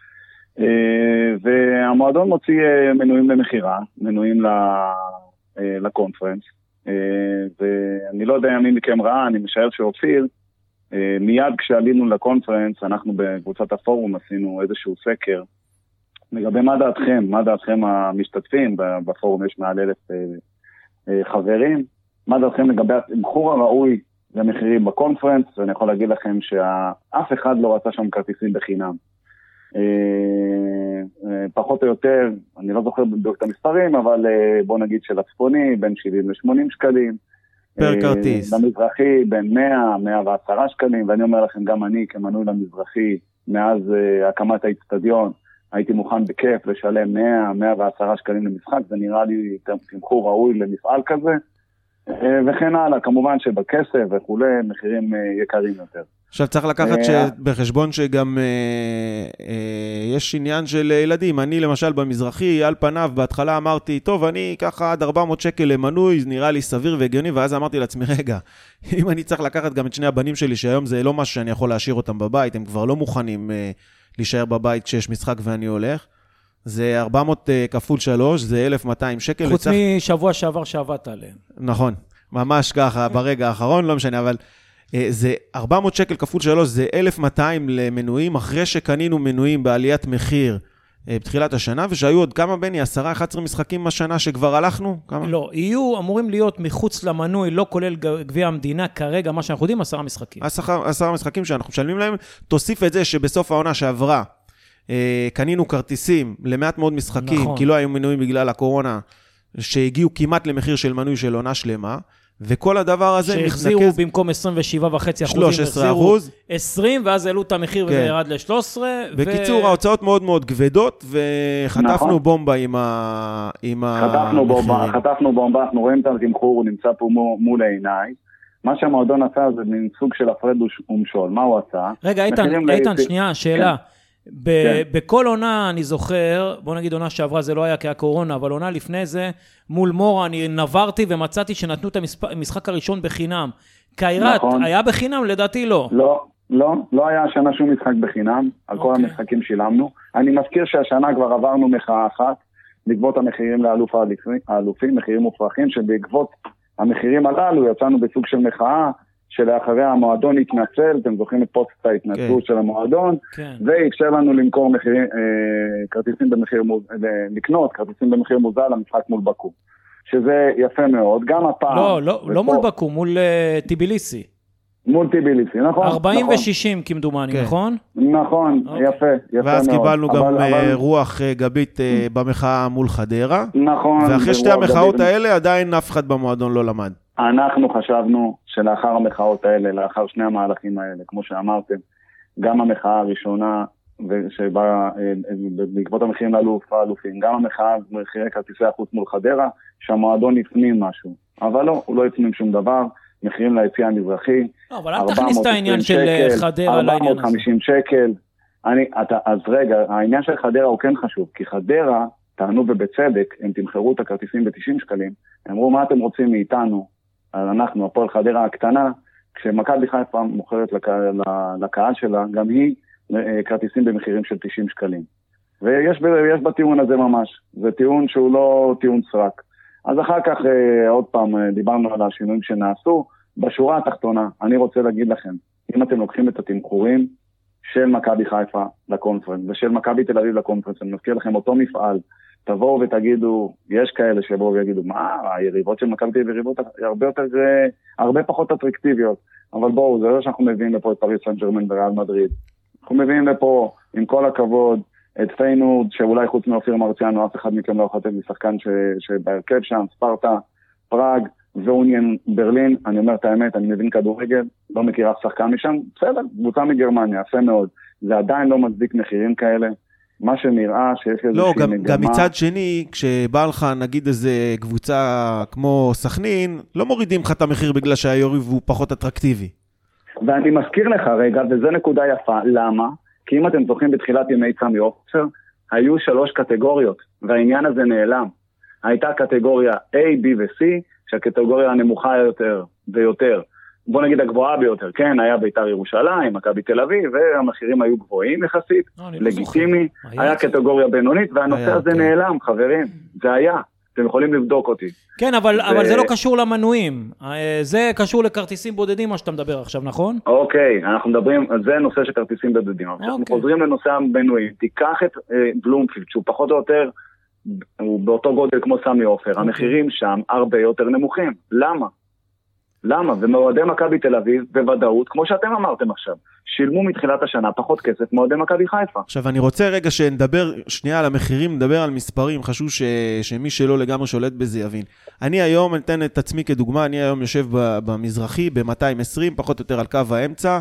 והמועדון מוציא מנויים למחירה, מנויים לקונפרנס, ואני לא יודע מי מכם ראה, אני משער שאופיר, מיד כשעלינו לקונפרנס, אנחנו בקבוצת הפורום עשינו איזשהו סקר, לגבי מה דעתכם, מה דעתכם המשתתפים, בפורום יש מעל אלף חברים, מה דעתכם לגבי המחור הראוי למחירים בקונפרנס, ואני יכול להגיד לכם שאף אחד לא רצה שם כרטיסים בחינם. פחות או יותר, אני לא זוכר בדיוק את המספרים, אבל בוא נגיד של הצפוני, בין שבעים לשמונים שקלים. פר כרטיס. במזרחי, בין מאה, מאה ועשרה שקלים, ואני אומר לכם, גם אני כמנוי למזרחי, מאז הקמת האצטדיון, הייתי מוכן בכיף לשלם מאה, מאה ועשרה שקלים למשחק, זה נראה לי תמחור ראוי למפעל כזה, וכן הלאה, כמובן שבכסף וכולי, מחירים יקרים יותר. עכשיו צריך לקחת בחשבון שגם אה, אה, יש עניין של ילדים. אני למשל במזרחי, על פניו, בהתחלה אמרתי, טוב, אני ככה עד ארבע מאות שקל למנוי, זה נראה לי סביר והגיוני, ואז אמרתי לעצמי, רגע, אם אני צריך לקחת גם את שני הבנים שלי, שהיום זה לא משהו שאני יכול להשאיר אותם בבית, הם כבר לא מוכנים אה, להישאר בבית כשיש משחק ואני הולך, זה ארבע מאות אה, כפול שלוש, זה אלף ומאתיים שקל. חוץ וצריך... משבוע שעבר שעבדת עליהם. נכון, ממש ככה, ברגע האחרון, לא משנה, אבל... זה ארבע מאות שקל כפול שלוש, זה אלף ומאתיים למנויים, אחרי שקנינו מנויים בעליית מחיר בתחילת השנה, ושהיו עוד כמה בני, עשרה, אחת עשרה משחקים בשנה שכבר הלכנו? כמה? לא, יהיו אמורים להיות מחוץ למנוי, לא כולל גביע המדינה, כרגע מה שאנחנו יודעים, עשרה משחקים. עשרה, עשרה משחקים שאנחנו משלמים להם, תוסיף את זה שבסוף העונה שעברה, קנינו כרטיסים למעט מאוד משחקים, נכון. כי לא היו מנויים בגלל הקורונה, שהגיעו כמעט למחיר של מנוי של עונה שלמה, וכל הדבר הזה שהחזירו מתנקז... במקום עשרים ושבע נקודה חמש אחוזים, שלושה עשר אחוז. עשרים, ואז העלו את המחיר כן. וזה ירד ל-שלוש עשרה. בקיצור, ו... ההוצאות מאוד מאוד כבדות, וחטפנו נכון. בומבה עם, ה... עם חטפנו המחירים. בומבה, חטפנו בומבה, אנחנו רואים את התמחור, הוא נמצא פה מול העיניי. מה שהמועדון עשה זה מין סוג של הפרד ומשול. מה הוא עשה? רגע, איתן, איתן, שנייה, שאלה. כן. ב- בכל עונה אני זוכר, בוא נגיד עונה שעברה זה לא היה כי הקורונה, אבל עונה לפני זה, מול מורה אני נברתי ומצאתי שנתנו את המשחק הראשון בחינם. קיירת, נכון. היה בחינם? לדעתי לא. לא, לא, לא היה השנה שום משחק בחינם, על כל המשחקים שילמנו. אני מזכיר שהשנה כבר עברנו מחאה אחת, לגבות המחירים לאלוף האלופים, מחירים מופרכים, שבעקבות המחירים הללו יצאנו בסוג של מחאה, שלאחריה המועדון התנצל, אתם זוכרים את פוסט ההתנצלות okay. של המועדון, okay. ואפשר לנו למכור מחירים, אה, כרטיסים במחיר מוזל, לקנות כרטיסים במחיר מוזל למשחק מול בקו. שזה יפה מאוד, גם הפעם... לא, לא, ופה, לא מול בקו, מול uh, טיביליסי. מול טיביליסי, נכון? ארבעים ושישים נכון. כמדומני, okay. נכון? נכון, okay. יפה, יפה ואז מאוד. ואז קיבלנו אבל, גם אבל... רוח גבית uh, במחאה מול חדרה. נכון. ואחרי שתי המחאות גבית... האלה עדיין אף אחד במועדון לא למד. אנחנו חשבנו שלאחר המחאות האלה, לאחר שני המהלכים האלה, כמו שאמרתם, גם המחאה הראשונה, שבא בעקבות המחירים לאלוף האלופים, גם המחאה מחירי כרטיסי החוץ מול חדרה, שהמועדון יפנים משהו. אבל לא, הוא לא יפנים שום דבר, מחירים ליציאה המזרחי, לא, אבל אל תכניס את העניין של חדרה לעניין הזה. ארבע מאות וחמישים שקל. אני, אתה, אז רגע, העניין של חדרה הוא כן חשוב, כי חדרה, טענו ובצדק, הם תמחרו את הכרטיסים ב-תשעים שקלים, אמרו מה אתם רוצים מאיתנו, אנחנו, הפועל חדרה הקטנה, כשמכבי חיפה מוכרת לקהל, לקהל שלה, גם היא כרטיסים במחירים של תשעים שקלים. ויש יש בטיעון הזה ממש. זה טיעון שהוא לא טיעון סרק. אז אחר כך, עוד פעם, דיברנו על השינויים שנעשו. בשורה התחתונה, אני רוצה להגיד לכם, אם אתם לוקחים את התמחורים של מכבי חיפה לקונפרנס, ושל מכבי תל אביב לקונפרנס, אני מזכיר לכם אותו מפעל, תבואו ותגידו, יש כאלה שבואו ויגידו, מה, היריבות של מכבי תל אביב יריבות הרבה יותר, הרבה פחות אטרקטיביות, אבל בואו, זה לא שאנחנו מביאים לפה את פריס סן ז'רמן וריאל מדריד, אנחנו מביאים לפה, עם כל הכבוד, את פיינורד, שאולי חוץ מאופיר מרציאנו, אף אחד מכם לא חוטף משחקן שבהרכב שם, ספרטה, פראג, ואוניון ברלין, אני אומר את האמת, אני מבין כדורגל, לא מכיר אף שחקן משם, בסדר, קבוצה מגרמניה, יפה מאוד, זה עדיין לא מצדיק מחירים כאלה, מה שנראה שיש איזושהי לא, גם, מגמה... גם מצד שני, כשבא לך נגיד איזה קבוצה כמו סכנין, לא מורידים לך את המחיר בגלל שהיוריב הוא פחות אטרקטיבי. ואני מזכיר לך רגע, וזו נקודה יפה, למה? כי אם אתם זוכרים בתחילת ימי סמי עופר, היו שלוש קטגוריות, והעניין הזה נעלם. הייתה קטגוריה A, B ו-C, שהקטגוריה הנמוכה יותר ויותר, בוא נגיד הגבוהה ביותר, כן, היה ביתר ירושלים, מכבי תל אביב, והמחירים היו גבוהים יחסית, לגיטימי, היה קטגוריה בינונית, והנושא הזה נעלם, חברים, זה היה, אתם יכולים לבדוק אותי. כן, אבל זה לא קשור למנויים, זה קשור לכרטיסים בודדים, מה שאתה מדבר עכשיו, נכון? אוקיי, אנחנו מדברים, זה נושא של כרטיסים בודדים, אנחנו חוזרים לנושא המנויים, תיקח את בלומפילד, שהוא פחות או יותר, הוא באותו גודל כמו סמי עופר, המחירים שם הרבה יותר נמוכים, למה? למה? ומועדי מכבי תל אביב, בוודאות, כמו שאתם אמרתם עכשיו, שילמו מתחילת השנה פחות כסף מועדי מכבי חיפה. עכשיו, אני רוצה רגע שנדבר שנייה על המחירים, נדבר על מספרים, חשוב ש... שמי שלא לגמרי שולט בזה יבין. אני היום, אני אתן את עצמי כדוגמה, אני היום יושב במזרחי, ב-מאתיים ועשרים, פחות או יותר על קו האמצע,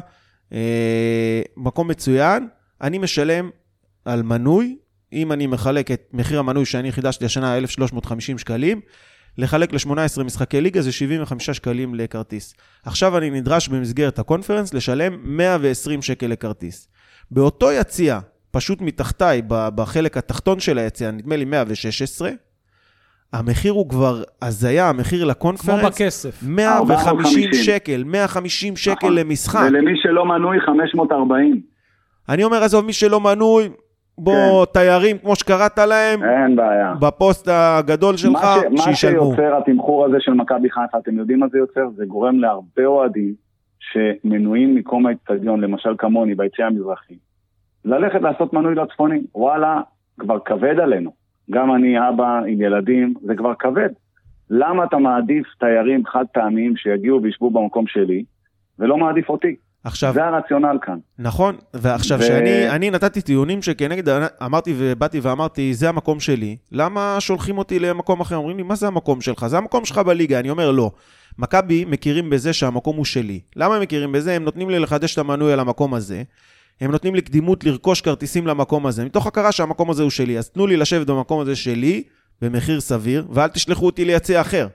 מקום מצוין, אני משלם על מנוי, אם אני מחלק את מחיר המנוי שאני חידשתי השנה אלף שלוש מאות וחמישים שקלים, לחלק ל-שמונה עשרה משחקי ליגה, זה שבעים וחמישה שקלים לכרטיס. עכשיו אני נדרש במסגרת הקונפרנס לשלם מאה ועשרים שקל לכרטיס. באותו יציע, פשוט מתחתיי, בחלק התחתון של היציע, נדמה לי מאה ושש עשרה, המחיר הוא כבר, אז היה המחיר לקונפרנס, כמו בכסף. מאה וחמישים שקל, מאה וחמישים שקל למשחק. ולמי שלא מנוי חמש מאות וארבעים. אני אומר, עזוב, מי שלא מנוי, בוא, תיירים, כמו שקראת להם, אין בעיה. בפוסט הגדול שלך, שישלמו. מה שיוצר התמחור הזה של מכבי חיפה, אתם יודעים מה זה יוצר? זה גורם להרבה אוהדים שמנויים מקום האצטדיון, למשל כמוני, ביציע המזרחי, ללכת לעשות מנוי לצפוני. וואלה, כבר כבד עלינו. גם אני אבא עם ילדים, זה כבר כבד. למה אתה מעדיף תיירים חד פעמיים שיגיעו וישבו במקום שלי, ולא מעדיף אותי? עכשיו, זה הרציונל כאן. נכון, ועכשיו ו... שאני אני נתתי טיעונים שכנגד, אמרתי ובאתי ואמרתי, זה המקום שלי, למה שולחים אותי למקום אחר? אומרים לי, מה זה המקום שלך? זה המקום שלך בליגה. אני אומר, לא. מכבי מכירים בזה שהמקום הוא שלי. למה הם מכירים בזה? הם נותנים לי לחדש את המנוי על המקום הזה, הם נותנים לי קדימות לרכוש כרטיסים למקום הזה, מתוך הכרה שהמקום הזה הוא שלי, אז תנו לי לשבת במקום הזה שלי, במחיר סביר, ואל תשלחו אותי ליציע אחר.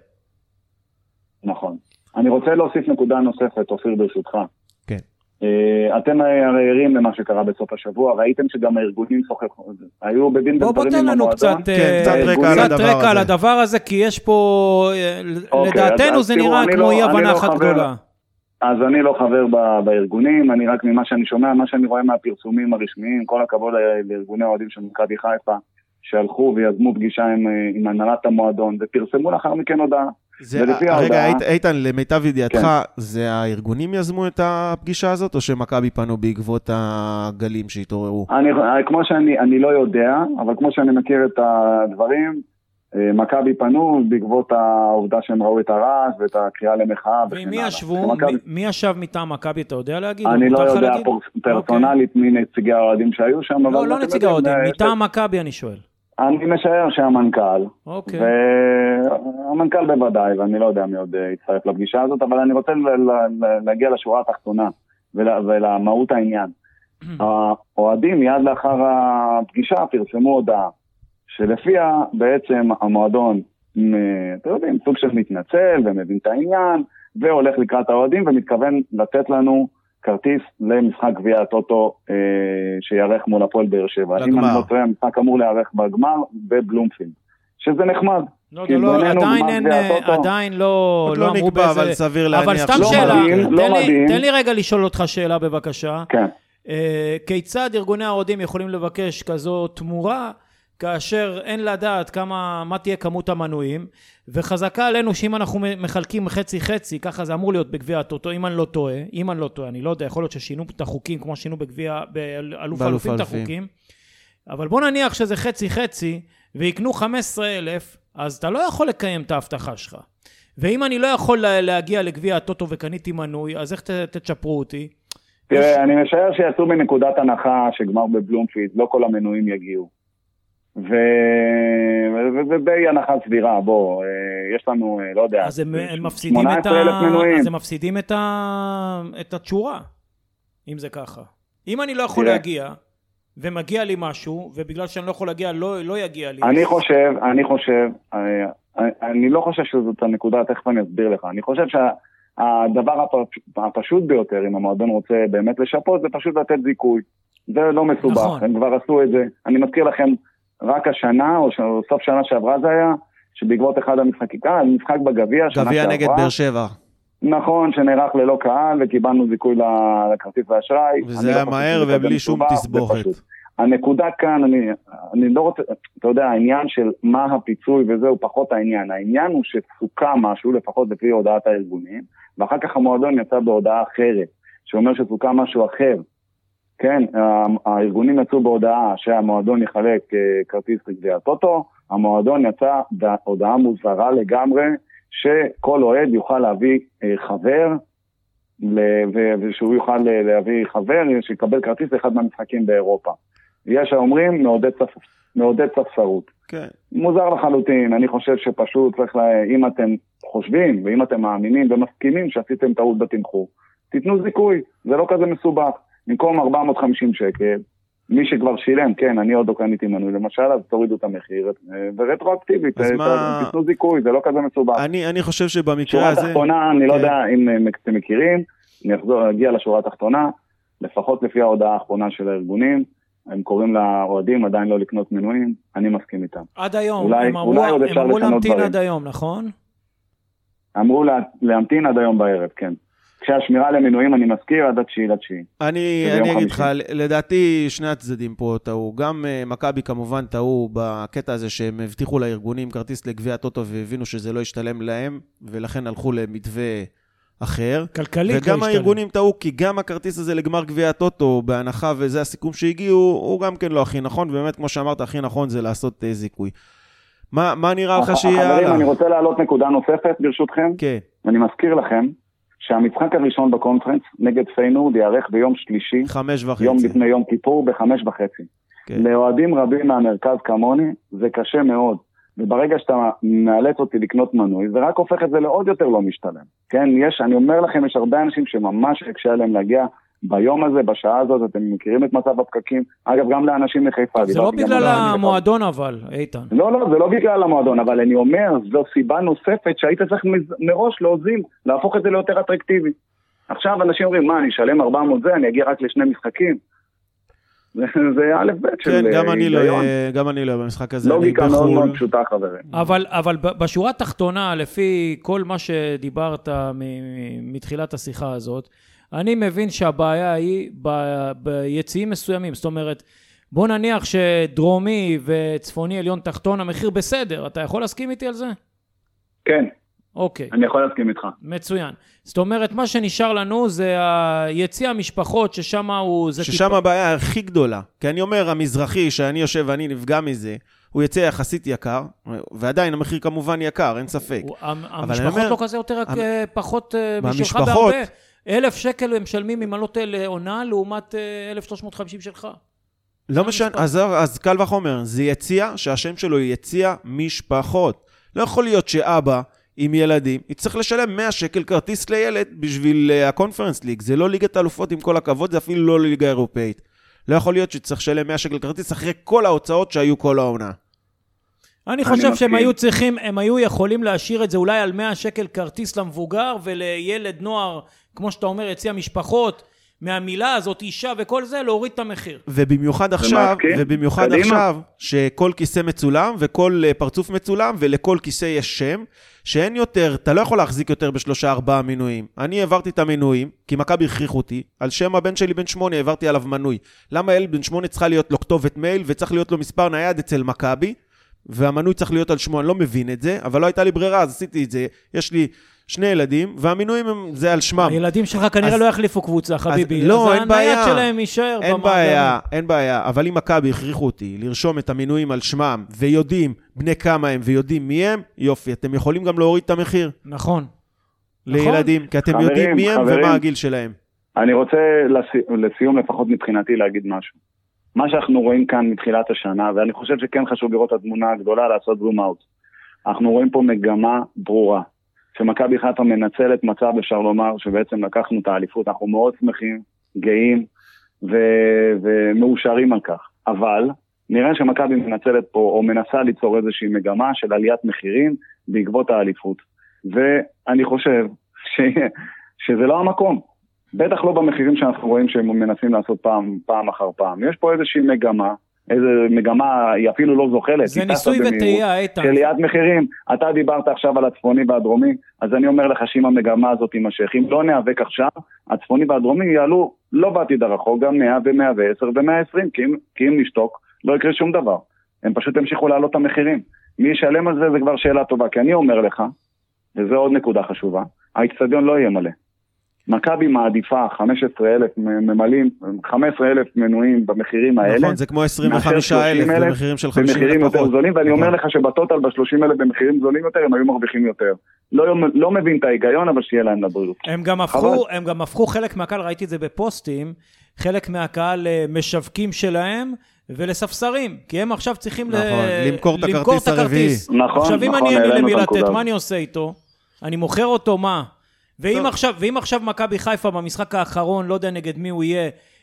נכון. אני רוצה להוסיף נקודה נוספת, אופיר ברשותך. כן. אתם הרי ערים למה שקרה בסוף השבוע, ראיתם שגם הארגונים שוחחו, היו בדין ודברים עם המועדון. בוא תן לנו קצת רקע על הדבר הזה, כי יש פה, לדעתנו זה נראה כמו אי הבנה אחת גדולה. אז אני לא חבר בארגונים, אני רק ממה שאני שומע, מה שאני רואה מהפרסומים הרשמיים, כל הכבוד לארגוני האוהדים של מכבי חיפה, שהלכו ויזמו פגישה עם, עם הנהלת המועדון, ופרסמו לאחר מכן הודעה. זה, רגע, איתן, למיטב ידיעתך, כן. זה הארגונים יזמו את הפגישה הזאת, או שמכבי פנו בעקבות הגלים שהתעוררו? אני, כמו שאני, אני לא יודע, אבל כמו שאני מכיר את הדברים, מכבי פנו בעקבות העובדה שהם ראו את הרעש ואת הקריאה למחאה. ומי ישבו? מי ישב מטעם מכבי, אתה יודע להגיד? אני לא יודע פרסונלית מי נציגי האוהדים שהיו שם. לא, לא נציגי האוהדים, מטעם מכבי אני שואל. אני משער שהמנכ"ל, והמנכ"ל בוודאי, ואני לא יודע מי עוד יצטרף לפגישה הזאת, אבל אני רוצה להגיע לשורה התחתונה ולמהות העניין. האוהדים מיד לאחר הפגישה פרסמו הודעה, שלפיה בעצם המועדון, אתם יודעים, סוג של מתנצל ומבין את העניין, והולך לקראת האוהדים ומתכוון לתת לנו כרטיס למשחק גביע הטוטו אה, שיערך מול הפועל באר שבע. אם אני לא טועה, המשחק אמור להיערך בגמר בבלומפילד, שזה נחמד. לא, לא, עדיין אין, עדיין לא לא נקבע, אבל סביר להניח. אבל סתם שאלה, תן לי רגע לשאול אותך שאלה בבקשה. כן. כיצד ארגוני האוהדים יכולים לבקש כזו תמורה, כאשר אין לדעת כמה, מה תהיה כמות המנויים, וחזקה עלינו שאם אנחנו מחלקים חצי חצי, ככה זה אמור להיות בגביע הטוטו, אם אני לא טועה, אם אני לא טועה, אני לא יודע, יכול להיות ששינו את החוקים, כמו שינו בגביע, באלוף אלופים את החוקים, אבל בוא נניח שזה חצי חצי, ויקנו חמישה עשר אלף, אז אתה לא יכול לקיים את ההבטחה שלך. ואם אני לא יכול להגיע לגביע הטוטו וקניתי מנוי, אז איך תצ'פרו אותי? תראה, אני משער שיעשו מנקודת הנחה שגמר בבלומפילד, לא כל המנויים יגיעו. ודי הנחה סבירה, בוא, יש לנו, לא יודע, אז הם מפסידים את ה... אז הם מפסידים את ה... את התשורה, אם זה ככה. אם אני לא יכול להגיע, ומגיע לי משהו, ובגלל שאני לא יכול להגיע, לא יגיע לי. אני חושב, אני חושב, אני לא חושב שזאת הנקודה, תכף אני אסביר לך. אני חושב שהדבר הפשוט ביותר, אם המועדון רוצה באמת לשפות, זה פשוט לתת זיכוי. זה לא מסובך, הם כבר עשו את זה. אני מזכיר לכם, רק השנה, או סוף שנה שעברה זה היה, שבעקבות אחד המשחקים, משחק בגביע, גביע נגד באר שבע. נכון, שנערך ללא קהל, וקיבלנו זיכוי לכרטיס והאשראי. וזה היה מהר ובלי שום תסבוכת. הנקודה כאן, אני, אני לא רוצה, אתה יודע, העניין של מה הפיצוי וזהו פחות העניין. העניין הוא שסוכם משהו, לפחות לפי הודעת הארגונים, ואחר כך המועדון יצא בהודעה אחרת, שאומר שסוכם משהו אחר. כן, הארגונים יצאו בהודעה שהמועדון יחלק כרטיס לגביע הטוטו, המועדון יצא בהודעה מוזרה לגמרי, שכל אוהד יוכל להביא חבר, ושהוא יוכל להביא חבר, שיקבל כרטיס לאחד מהמשחקים באירופה. יש האומרים, מעודד ספסרות. כן. מוזר לחלוטין, אני חושב שפשוט צריך, לה, אם אתם חושבים, ואם אתם מאמינים ומסכימים שעשיתם טעות בתמחור, תיתנו זיכוי, זה לא כזה מסובך. במקום ארבע מאות וחמישים שקל, מי שכבר שילם, כן, אני עוד לא קניתי מנוי, למשל, אז תורידו את המחיר, ורטרואקטיבית, תיתנו זיכוי, זה לא כזה מסובך. אני חושב שבמקרה הזה... שורה תחתונה, אני לא יודע אם אתם מכירים, אני אחזור, אגיע לשורה התחתונה, לפחות לפי ההודעה האחרונה של הארגונים, הם קוראים לאוהדים עדיין לא לקנות מנויים, אני מסכים איתם. עד היום, אולי, הם אמרו, אולי עוד הם אפשר אמרו לשנות להמתין דברים. עד היום, נכון? אמרו לה, להמתין עד היום בערב, כן. כשהשמירה למנויים אני מזכיר עד התשיעי לתשיעי. אני, אני אגיד לך, לדעתי שני הצדדים פה טעו, גם uh, מכבי כמובן טעו בקטע הזה שהם הבטיחו לארגונים כרטיס לגביע הטוטו והבינו שזה לא ישתלם להם, ולכן הלכו למתווה אחר. כלכלית וגם לא הארגונים טעו, כי גם הכרטיס הזה לגמר גביע הטוטו, בהנחה וזה הסיכום שהגיעו, הוא גם כן לא הכי נכון, ובאמת כמו שאמרת, הכי נכון זה לעשות uh, זיכוי. מה, מה נראה לך שיהיה הלאה? חברים, אני רוצה להעלות נקודה נוספת ברשותכם. כן. אני מזכיר לכם, שהמשחק הראשון בקונפרנס נגד פיינורד יערך ביום שלישי, חמש וחצי. יום לפני יום כיפור בחמש וחצי. כן. לאוהדים רבים מהמרכז כמוני זה קשה מאוד, וברגע שאתה מאלץ אותי לקנות מנוי, זה רק הופך את זה לעוד יותר לא משתלם. כן, יש, אני אומר לכם, יש הרבה אנשים שממש יקשה עליהם להגיע ביום הזה, בשעה הזאת, אתם מכירים את מצב הפקקים, אגב גם לאנשים מחיפה. זה לא בגלל המועדון אבל, איתן. לא, לא, זה לא בגלל המועדון, אבל אני אומר, זו סיבה נוספת שהיית צריך מראש להוזיל, להפוך את זה ליותר אטרקטיבי. עכשיו אנשים אומרים, מה, אני אשלם ארבע מאות זה, אני אגיע רק לשני משחקים. זה א' ב' של... כן, גם אני לא, גם אני לא במשחק הזה. לוגיקה מאוד מאוד פשוטה, חברים. אבל, אבל בשורה התחתונה, לפי כל מה שדיברת מתחילת השיחה הזאת, אני מבין שהבעיה היא ב- ביציאים מסוימים, זאת אומרת, בוא נניח שדרומי וצפוני עליון תחתון, המחיר בסדר, אתה יכול להסכים איתי על זה? כן. אוקיי. אני יכול להסכים איתך. מצוין. זאת אומרת, מה שנשאר לנו זה היציע המשפחות, ששם הוא... ששם טיפה... הבעיה הכי גדולה, כי אני אומר, המזרחי שאני יושב ואני נפגע מזה, הוא יצא יחסית יקר, ועדיין המחיר כמובן יקר, אין ספק. הוא, המשפחות אומר, לא כזה יותר המ... פחות משלך בהרבה. אלף שקל הם משלמים אם אני לא טועה לעונה, לעומת אלף שלוש מאות וחמישים שלך. לא משנה, אז, אז קל וחומר, זה יציע שהשם שלו יציע משפחות. לא יכול להיות שאבא עם ילדים יצטרך לשלם מאה שקל כרטיס לילד בשביל הקונפרנס ליג. זה לא ליגת אלופות עם כל הכבוד, זה אפילו לא ליגה אירופאית. לא יכול להיות שצריך לשלם מאה שקל כרטיס אחרי כל ההוצאות שהיו כל העונה. אני חושב שהם היו צריכים, הם היו יכולים להשאיר את זה אולי על מאה שקל כרטיס למבוגר, ולילד נוער, כמו שאתה אומר, יציע משפחות, מהמילה הזאת, אישה וכל זה, להוריד את המחיר. ובמיוחד עכשיו, ובמיוחד עכשיו, שכל כיסא מצולם, וכל פרצוף מצולם, ולכל כיסא יש שם, שאין יותר, אתה לא יכול להחזיק יותר בשלושה ארבעה מנויים. אני העברתי את המנויים, כי מכבי הכריחו אותי, על שם הבן שלי בן שמונה, העברתי עליו מנוי. למה ילד בן שמונה צריכה להיות לו כתובת מייל, וצריך להיות לו מספר נייד אצל מכבי, והמנוי צריך להיות על שמו, אני לא מבין את זה, אבל לא הייתה לי ברירה, אז עשיתי את זה. יש לי שני ילדים, והמינויים הם, זה על שמם. הילדים שלך כנראה אז, לא יחליפו קבוצה, חביבי. אז לא, אין בעיה. אז הנייד שלהם יישאר אין בעיה, אין בעיה. אבל אם מכבי הכריחו אותי לרשום את המינויים על שמם, ויודעים בני כמה הם, ויודעים מי הם, יופי, אתם יכולים גם להוריד את המחיר. נכון. לילדים, כי אתם חברים, יודעים מי הם חברים, ומה הגיל שלהם. אני רוצה לסיום לפחות מבחינתי להגיד משהו. מה שאנחנו רואים כאן מתחילת השנה, ואני חושב שכן חשוב לראות את התמונה הגדולה, לעשות זום אאוט. אנחנו רואים פה מגמה ברורה. שמכבי חיפה מנצלת מצב, אפשר לומר, שבעצם לקחנו את האליפות, אנחנו מאוד שמחים, גאים ו- ומאושרים על כך. אבל נראה שמכבי מנצלת פה, או מנסה ליצור איזושהי מגמה של עליית מחירים בעקבות האליפות. ואני חושב ש- שזה לא המקום. בטח לא במחירים שאנחנו רואים שהם מנסים לעשות פעם, פעם אחר פעם. יש פה איזושהי מגמה, איזו מגמה, היא אפילו לא זוכלת. זה ניסוי וטעייה, איתן. של עליית מחירים. אתה דיברת עכשיו על הצפוני והדרומי, אז אני אומר לך שאם המגמה הזאת תימשך, אם לא נאבק עכשיו, הצפוני והדרומי יעלו לא בעתיד הרחוק, גם מאה ומאה ועשר ומאה ועשרים, כי אם, כי אם נשתוק, לא יקרה שום דבר. הם פשוט המשיכו לעלות את המחירים. מי ישלם על זה, זה כבר שאלה טובה, כי אני אומר לך, וזו עוד נקודה חשובה, האצטדיון לא יהיה מלא. מכבי מעדיפה חמישה עשר אלף ממלאים, חמישה עשר אלף מנויים במחירים האלה. נכון, זה כמו עשרים וחמישה אלף במחירים של חמישים במחירים יותר זולים, ואני אומר לך שבטוטל ב-שלושים אלף במחירים זולים יותר, הם היו מרוויחים יותר. לא, לא מבין את ההיגיון, אבל שיהיה להם לבריאות. הם גם הפכו, הם גם הפכו חלק מהקהל, ראיתי את זה בפוסטים, חלק מהקהל משווקים שלהם, ולספסרים, כי הם עכשיו צריכים למכור את הכרטיס הרביעי. עכשיו אם אני אין לי למי לתת, מה אני עושה איתו? אני מוכר אותו, מה? ואם עכשיו, ואם עכשיו מכבי חיפה במשחק האחרון, לא יודע נגד מי הוא יהיה,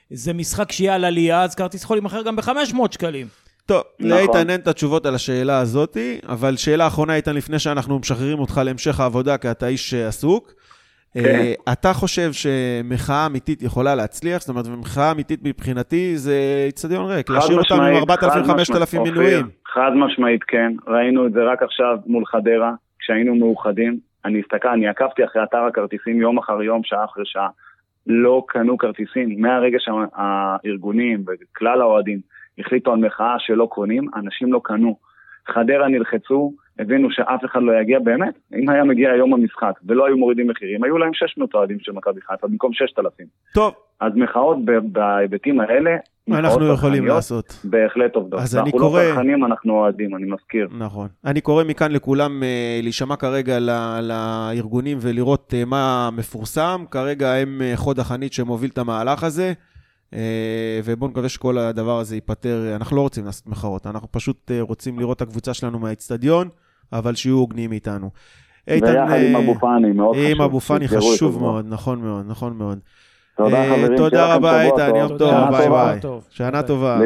זה משחק שיהיה על עלייה, אז כרטיס יכול להימכר גם ב-חמש מאות שקלים. טוב, נכון. לאיתן אין את התשובות על השאלה הזאת, אבל שאלה אחרונה איתן לפני שאנחנו משחררים אותך להמשך העבודה, כי אתה איש עסוק. כן. אתה חושב שמחאה אמיתית יכולה להצליח? זאת אומרת, ומחאה אמיתית מבחינתי זה אצטדיון ריק, להשאיר אותנו עם ארבעת אלפים חמשת אלפים מינויים. חד משמעית כן, ראינו את זה רק עכשיו מול חדרה, כשהיינו מאוחדים. אני הסתכל, אני עקבתי אחרי אתר הכרטיסים יום אחר יום, שעה אחרי שעה. לא קנו כרטיסים, מהרגע שהארגונים וכלל האוהדים החליטו על מחאה שלא קונים, אנשים לא קנו. חדרה נלחצו, הבינו שאף אחד לא יגיע באמת, אם היה מגיע היום המשחק ולא היו מורידים מחירים, היו להם שש מאות אוהדים של מכבי חיפה במקום ששת אלפים. טוב. אז מחאות בהיבטים האלה, אנחנו יכולים לעשות. בהחלט עובדות. אז אני קורא... אנחנו לא צרכנים, אנחנו אוהדים, אני מזכיר. נכון. אני קורא מכאן לכולם להישמע כרגע לארגונים ולראות מה מפורסם. כרגע הם חוד החנית שמוביל את המהלך הזה, ובואו נקווה שכל הדבר הזה ייפטר. אנחנו לא רוצים לעשות מחאות, אנחנו פשוט רוצים לראות את הקבוצה שלנו מהאצטדיון, אבל שיהיו הוגנים איתנו. ויחד עם אבו פאני, מאוד חשוב. עם אבו פאני חשוב מאוד, נכון מאוד, נכון מאוד. תודה חברים. תודה רבה איתן, יום טוב, ביי ביי. שנה טובה.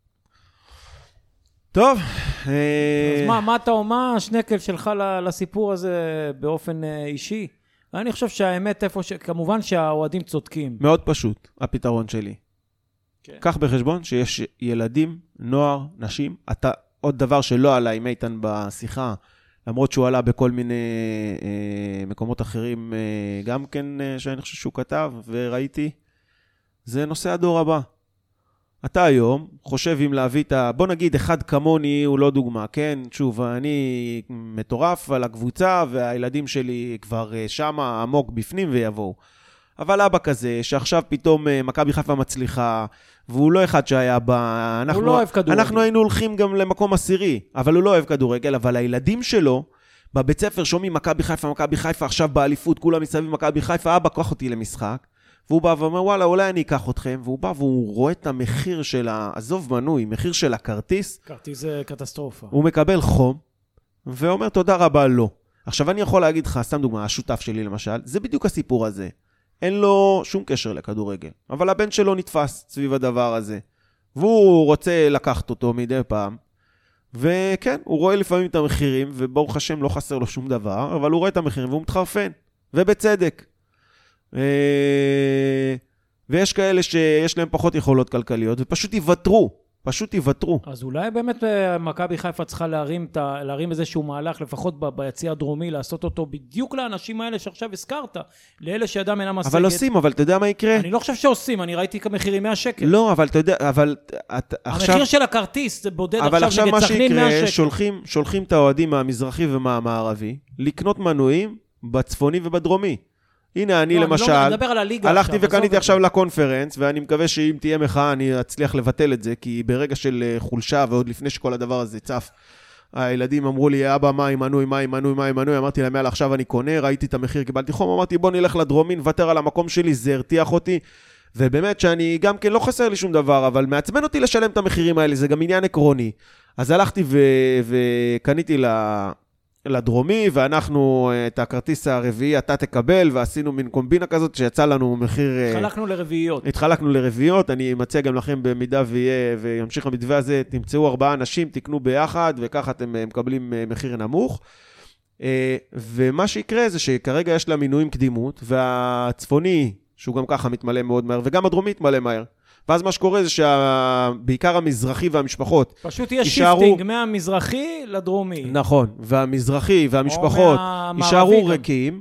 טוב. אז מה, מה אתה אומר, שנקל שלך לסיפור הזה באופן אישי? אני חושב שהאמת איפה, כמובן שהאוהדים צודקים. מאוד פשוט, הפתרון שלי. קח בחשבון שיש ילדים, נוער, נשים. אתה, עוד דבר שלא עלה עם איתן בשיחה, למרות שהוא עלה בכל מיני אה, מקומות אחרים, אה, גם כן אה, שאני חושב שהוא כתב וראיתי, זה נושא הדור הבא. אתה היום חושב אם להביא את ה... בוא נגיד, אחד כמוני הוא לא דוגמה, כן? שוב, אני מטורף על הקבוצה, והילדים שלי כבר אה, שמה עמוק בפנים ויבואו. אבל אבא כזה, שעכשיו פתאום אה, מכבי חיפה מצליחה, והוא לא אחד שהיה בה, אנחנו, הוא לא אוהב כדורגל. אנחנו היינו הולכים גם למקום עשירי, אבל הוא לא אוהב כדורגל, אבל הילדים שלו, בבית ספר שומעים מכבי חיפה, מכבי חיפה, עכשיו באליפות, כולם מסביב מכבי חיפה, אבא קח אותי למשחק, והוא בא ואומר, וואלה, אולי אני אקח אתכם, והוא בא והוא רואה את המחיר של, העזוב מנוי, מחיר של הכרטיס. כרטיס זה קטסטרופה. הוא מקבל חום, ואומר תודה רבה לא. עכשיו אני יכול להגיד לך, סתם דוגמה, השותף שלי למשל, זה בדיוק הסיפור הזה. אין לו שום קשר לכדורגל, אבל הבן שלו נתפס סביב הדבר הזה, והוא רוצה לקחת אותו מדי פעם, וכן, הוא רואה לפעמים את המחירים, וברוך השם לא חסר לו שום דבר, אבל הוא רואה את המחירים והוא מתחרפן, ובצדק. ויש כאלה שיש להם פחות יכולות כלכליות, ופשוט יוותרו, פשוט יוותרו. אז אולי באמת מכבי חיפה צריכה להרים, להרים איזשהו מהלך, לפחות ביציע הדרומי, לעשות אותו בדיוק לאנשים האלה שעכשיו הזכרת, לאלה שידם אינה משגת. אבל עושים, אבל אתה יודע מה יקרה? אני לא חושב שעושים, אני ראיתי כמחירים מאה שקל. לא, אבל אתה יודע, אבל... עכשיו... המחיר של הכרטיס זה בודד אבל עכשיו נגד סכנין מאה שקל. אבל עכשיו מה שיקרה, שולחים, שולחים את האוהדים מהמזרחי ומהמערבי, לקנות מנויים בצפוני ובדרומי. הנה, אני לא, למשל, אני לא, אני הלכתי עכשיו, וקניתי עכשיו לקונפרנס, ואני מקווה שאם תהיה מחאה, אני אצליח לבטל את זה, כי ברגע של חולשה, ועוד לפני שכל הדבר הזה צף, הילדים אמרו לי, אבא, מה עם מנוי, מה עם מנוי, מה עם מנוי, אמרתי להם, יאללה, עכשיו אני קונה, ראיתי את המחיר, קיבלתי חום, אמרתי, בוא נלך לדרומי, נוותר על המקום שלי, זה הרתיח אותי, ובאמת שאני גם כן לא חסר לי שום דבר, אבל מעצבן אותי לשלם את המחירים האלה, זה גם עניין עקרוני. אז הלכתי ו- וקניתי ל... לדרומי, ואנחנו את הכרטיס הרביעי אתה תקבל, ועשינו מין קומבינה כזאת שיצא לנו מחיר... התחלקנו לרביעיות. התחלקנו לרביעיות, אני מציע גם לכם במידה ויהיה, וימשיך המתווה הזה, תמצאו ארבעה אנשים, תקנו ביחד, וככה אתם מקבלים מחיר נמוך. ומה שיקרה זה שכרגע יש לה מינויים קדימות, והצפוני, שהוא גם ככה מתמלא מאוד מהר, וגם הדרומי מתמלא מהר. ואז מה שקורה זה שבעיקר המזרחי והמשפחות פשוט יש שיפטינג מהמזרחי לדרומי. נכון, והמזרחי והמשפחות יישארו ריקים,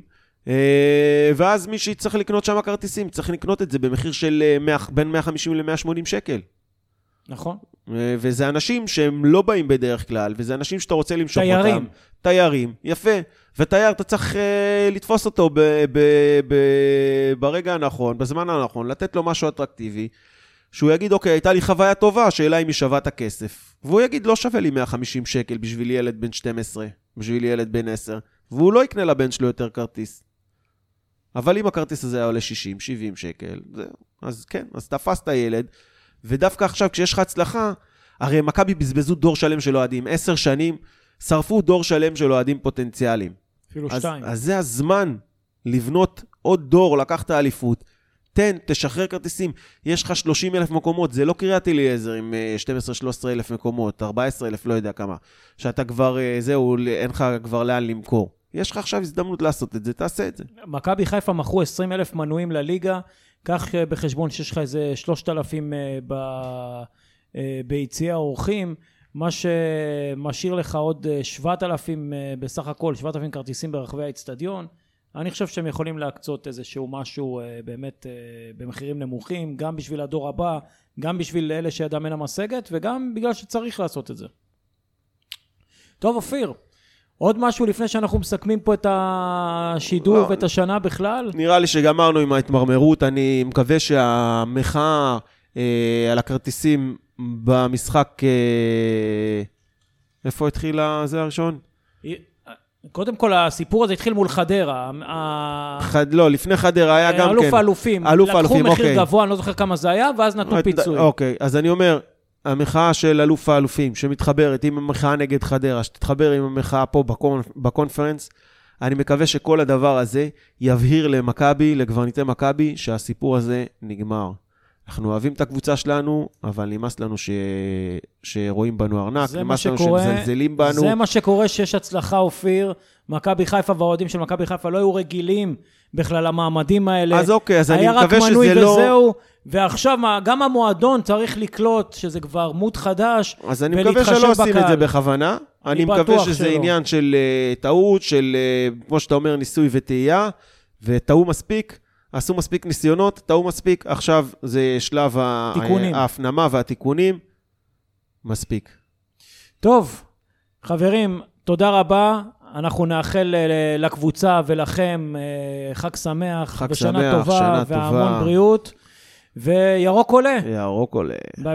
ואז מי שצריך לקנות שם הכרטיסים, צריך לקנות את זה במחיר של בין מאה וחמישים ל-מאה ושמונים שקל. נכון. וזה אנשים שהם לא באים בדרך כלל, וזה אנשים שאתה רוצה למשוך אותם. תיירים. תיירים, יפה. ותייר אתה צריך uh, לתפוס אותו ב- ב- ב- ברגע הנכון, בזמן הנכון, לתת לו משהו אטרקטיבי, שהוא יגיד, אוקיי, הייתה לי חוויה טובה, שאלה אם היא שווה את הכסף. והוא יגיד, לא שווה לי מאה וחמישים שקל בשביל ילד בן שתים עשרה, בשביל ילד בן עשר, והוא לא יקנה לבן שלו יותר כרטיס. אבל אם הכרטיס הזה היה עולה שישים שבעים שקל, זה, אז כן, אז תפס את הילד, ודווקא עכשיו כשיש לך הצלחה, הרי מכבי בזבזו דור שלם של אוהדים, עשר שנים, שרפו דור שלם של אוהדים פוטנציאליים. אפילו אז, שתיים. אז זה הזמן לבנות עוד דור, לקחת האליפות, תן, תשחרר כרטיסים, יש לך שלושים אלף מקומות, זה לא קריית אליעזר עם שתים עשרה שלוש עשרה אלף מקומות, ארבע עשרה אלף, לא יודע כמה, שאתה כבר, זהו, אין לך כבר לאן למכור. יש לך עכשיו הזדמנות לעשות את זה, תעשה את זה. מכבי חיפה מכרו עשרים אלף מנויים לליגה, כך בחשבון שיש לך איזה שלושת אלפים ביציע האורחים, מה שמשאיר לך עוד שבעת אלפים בסך הכל, שבעת אלפים כרטיסים ברחבי האצטדיון. אני חושב שהם יכולים להקצות איזשהו משהו באמת במחירים נמוכים, גם בשביל הדור הבא, גם בשביל אלה שידם אינה משגת, וגם בגלל שצריך לעשות את זה. טוב, אופיר, עוד משהו לפני שאנחנו מסכמים פה את השידור לא, ואת השנה בכלל? נראה לי שגמרנו עם ההתמרמרות, אני מקווה שהמחאה אה, על הכרטיסים במשחק, אה, איפה התחילה זה הראשון? קודם כל הסיפור הזה התחיל מול חדרה. חד, לא, לפני חדרה היה גם אלוף כן. האלופים. אלוף לקחו האלופים, מחיר אוקיי. גבוה, אני לא זוכר כמה זה היה, ואז נתנו פיצוי. אוקיי, אז אני אומר, המחאה של אלוף האלופים, שמתחברת עם המחאה נגד חדרה, שתתחבר עם המחאה פה בקונפרנס, אני מקווה שכל הדבר הזה יבהיר למכבי, לקברניטי מכבי, שהסיפור הזה נגמר. אנחנו אוהבים את הקבוצה שלנו, אבל נמאס לנו ש... שרואים בנו ארנק, נמאס לנו שמזלזלים בנו. זה מה שקורה שיש הצלחה, אופיר. מכבי חיפה והאוהדים של מכבי חיפה לא היו רגילים בכלל המעמדים האלה. אז אוקיי, אז אני מקווה שזה היה רק מנוי לא... וזהו, ועכשיו גם המועדון צריך לקלוט שזה כבר מות חדש. אז אני מקווה שלא עושים את זה בכוונה. אני מקווה שזה עניין של טעות, של, כמו שאתה אומר, ניסוי וטעייה, וטעו מספיק. עשו מספיק ניסיונות, טעו מספיק, עכשיו זה שלב ההפנמה והתיקונים, מספיק. טוב, חברים, תודה רבה, אנחנו נאחל לקבוצה ולכם חג שמח, חג ושנה שמח, טובה, שנה והמון טובה. בריאות, וירוק עולה. ירוק עולה. ביי.